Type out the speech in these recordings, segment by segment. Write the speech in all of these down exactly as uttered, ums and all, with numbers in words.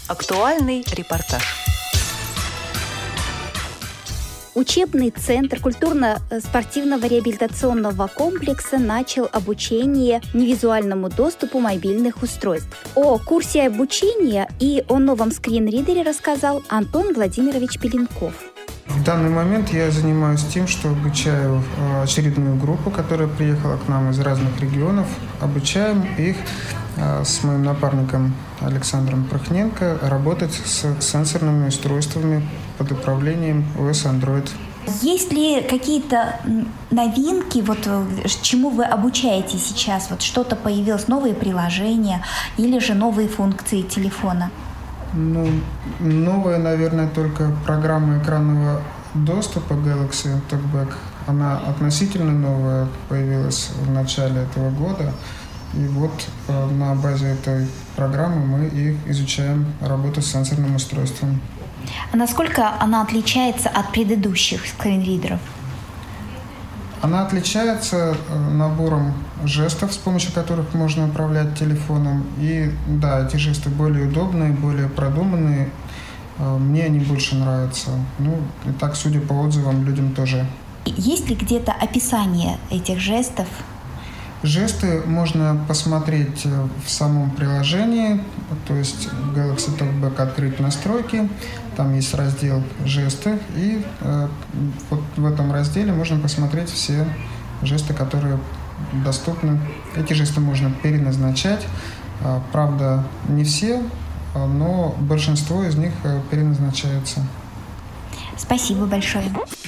Актуальный репортаж. Учебный центр культурно-спортивного реабилитационного комплекса начал обучение невизуальному доступу мобильных устройств. О курсе обучения и о новом скринридере рассказал Антон Владимирович Пеленков. В данный момент я занимаюсь тем, что обучаю очередную группу, которая приехала к нам из разных регионов. Обучаем их с моим напарником Александром Прохненко работать с сенсорными устройствами под управлением о эс Android. Есть ли какие-то новинки, вот чему вы обучаете сейчас? Вот что-то появилось, новые приложения или же новые функции телефона? Ну, новая, наверное, только программа экранного доступа Galaxy Talkback. Она относительно новая, появилась в начале этого года. И вот э, на базе этой программы мы и изучаем работу с сенсорным устройством. А насколько она отличается от предыдущих скринридеров? Она отличается набором жестов, с помощью которых можно управлять телефоном. И да, эти жесты более удобные, более продуманные. Мне они больше нравятся. Ну, и так, судя по отзывам, людям тоже. Есть ли где-то описание этих жестов? Жесты можно посмотреть в самом приложении, то есть Galaxy Talkback открыть настройки, там есть раздел «Жесты», и э, вот в этом разделе можно посмотреть все жесты, которые доступны. Эти жесты можно переназначать, э, правда, не все, но большинство из них переназначается. Спасибо большое.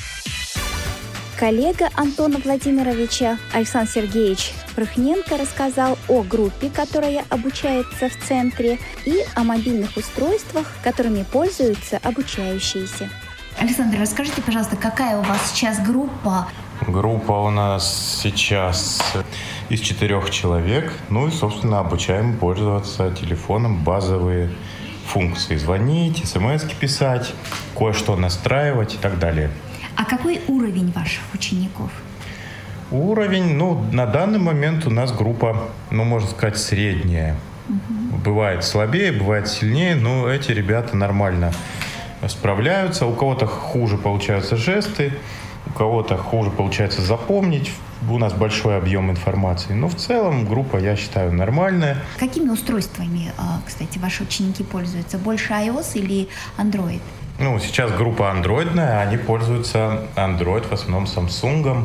Коллега Антона Владимировича Александр Сергеевич Прохненко рассказал о группе, которая обучается в центре, и о мобильных устройствах, которыми пользуются обучающиеся. Александр, расскажите, пожалуйста, какая у вас сейчас группа? Группа у нас сейчас из четырех человек. Ну и, собственно, обучаем пользоваться телефоном, базовые функции. Звонить, смс-ки писать, кое-что настраивать и так далее. А какой уровень ваших учеников? Уровень, ну, на данный момент у нас группа, ну, можно сказать, средняя. Угу. Бывает слабее, бывает сильнее, но эти ребята нормально справляются. У кого-то хуже получаются жесты, у кого-то хуже получается запомнить. У нас большой объем информации. Но в целом группа, я считаю, нормальная. Какими устройствами, кстати, ваши ученики пользуются? Больше iOS или Android? Ну, сейчас группа андроидная, они пользуются Android, в основном Samsung.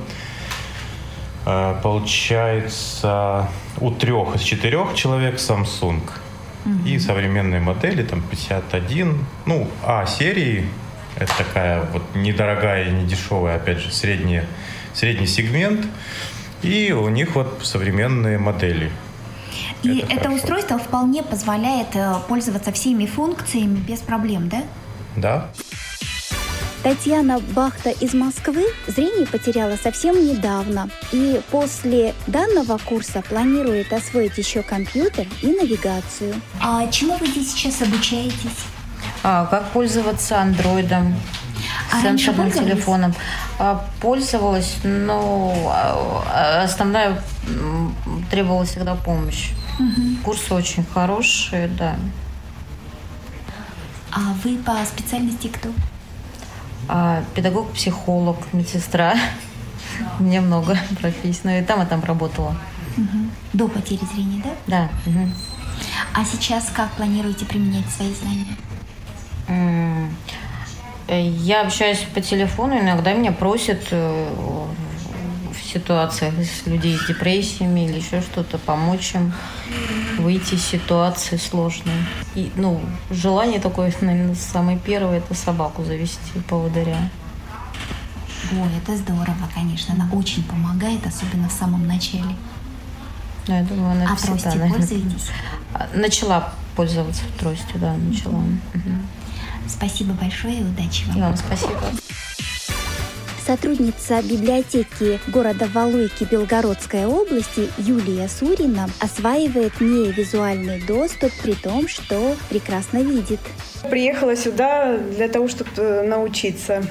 Получается, у трех из четырех человек Samsung. Угу. И современные модели, там пятьдесят один, ну, А серии, это такая вот недорогая и недешевая, опять же, средний, средний сегмент. И у них вот современные модели. И это, это устройство вполне позволяет пользоваться всеми функциями без проблем, да? Да. Татьяна Бахта из Москвы зрение потеряла совсем недавно и после данного курса планирует освоить еще компьютер и навигацию. А чему вы здесь сейчас обучаетесь? А, как пользоваться андроидом, а сенсорным телефоном. А, пользовалась, но основная требовалась всегда помощь. Угу. Курсы очень хорошие, да. А вы по специальности кто? А, педагог, психолог, медсестра. У меня много профессий. Но и там, и там работала. Угу. До потери зрения, да? Да. Угу. А сейчас как планируете применять свои знания? Я общаюсь по телефону. Иногда меня просят в ситуациях с людей с депрессиями или еще что-то помочь им выйти из ситуации сложной. И, ну, желание такое, наверное, самое первое, это собаку завести, поводыря. Ой, это здорово, конечно. Она очень помогает, особенно в самом начале. Ну, я думаю, она а всегда, тростью наверное, пользуетесь? Начала пользоваться тростью, да, начала. Угу. Спасибо большое и удачи вам. И вам спасибо. Сотрудница библиотеки города Валуйки Белгородской области Юлия Сурина осваивает невизуальный доступ, при том, что прекрасно видит. Приехала сюда для того, чтобы научиться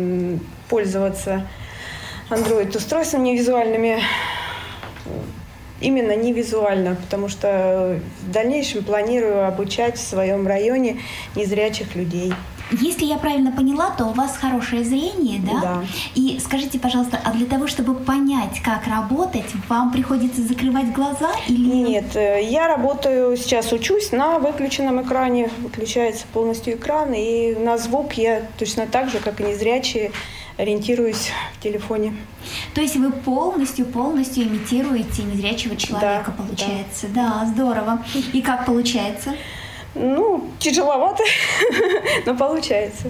пользоваться Android-устройствами невизуальными. именно не визуально, потому что в дальнейшем планирую обучать в своем районе незрячих людей. Если я правильно поняла, то у вас хорошее зрение, да? Да. И скажите, пожалуйста, а для того, чтобы понять, как работать, вам приходится закрывать глаза или... Нет, я работаю, сейчас учусь на выключенном экране, выключается полностью экран, и на звук я точно так же, как и незрячие, ориентируюсь в телефоне. То есть вы полностью-полностью имитируете незрячего человека, да, получается? Да. да, здорово. И как получается? Ну, тяжеловато, но получается.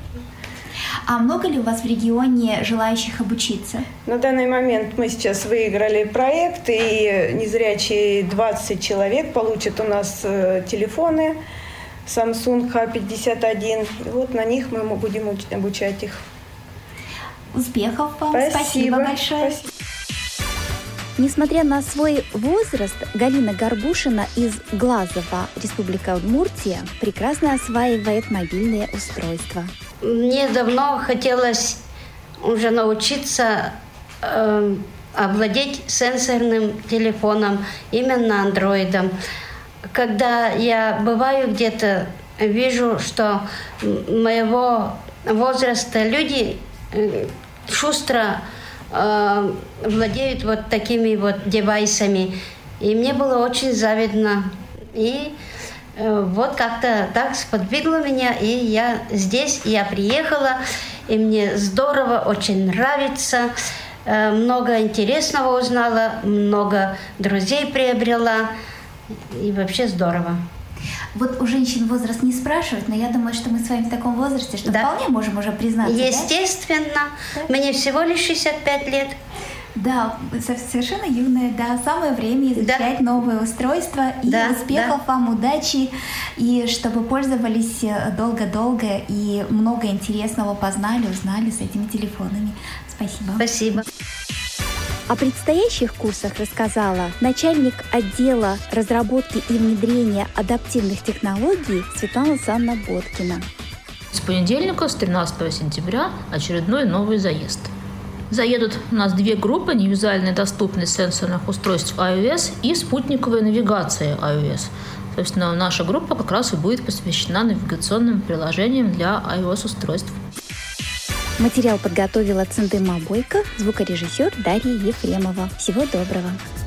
А много ли у вас в регионе желающих обучиться? На данный момент мы сейчас выиграли проект, и незрячие двадцать человек получат у нас телефоны Samsung ха пятьдесят один. И вот на них мы будем обучать их. Успехов вам. Спасибо, Спасибо большое. Спасибо. Несмотря на свой возраст, Галина Горбушина из Глазова, Республика Удмуртия, прекрасно осваивает мобильные устройства. Мне давно хотелось уже научиться э, овладеть сенсорным телефоном, именно андроидом. Когда я бываю где-то, вижу, что моего возраста люди э, шустро э, владеют вот такими вот девайсами. И мне было очень завидно. И э, вот как-то так сподвигло меня, и я здесь, я приехала, и мне здорово, очень нравится. Э, много интересного узнала, много друзей приобрела, и вообще здорово. Вот у женщин возраст не спрашивают, но я думаю, что мы с вами в таком возрасте, что да. вполне можем уже признаться. Естественно. Да? Мне всего лишь шестьдесят пять лет. Да, совершенно юная, да. Самое время изучать да. новые устройства. И да, успехов да. вам, удачи. И чтобы пользовались долго-долго и много интересного познали, узнали с этими телефонами. Спасибо. Спасибо. О предстоящих курсах рассказала начальник отдела разработки и внедрения адаптивных технологий Светлана Санна Боткина. С понедельника, с тринадцатого сентября, очередной новый заезд. Заедут у нас две группы: невизуальная доступность сенсорных устройств iOS и спутниковая навигация iOS. Собственно, наша группа как раз и будет посвящена навигационным приложениям для iOS-устройств. Материал подготовила Цендыма Бойко, звукорежиссер Дарья Ефремова. Всего доброго!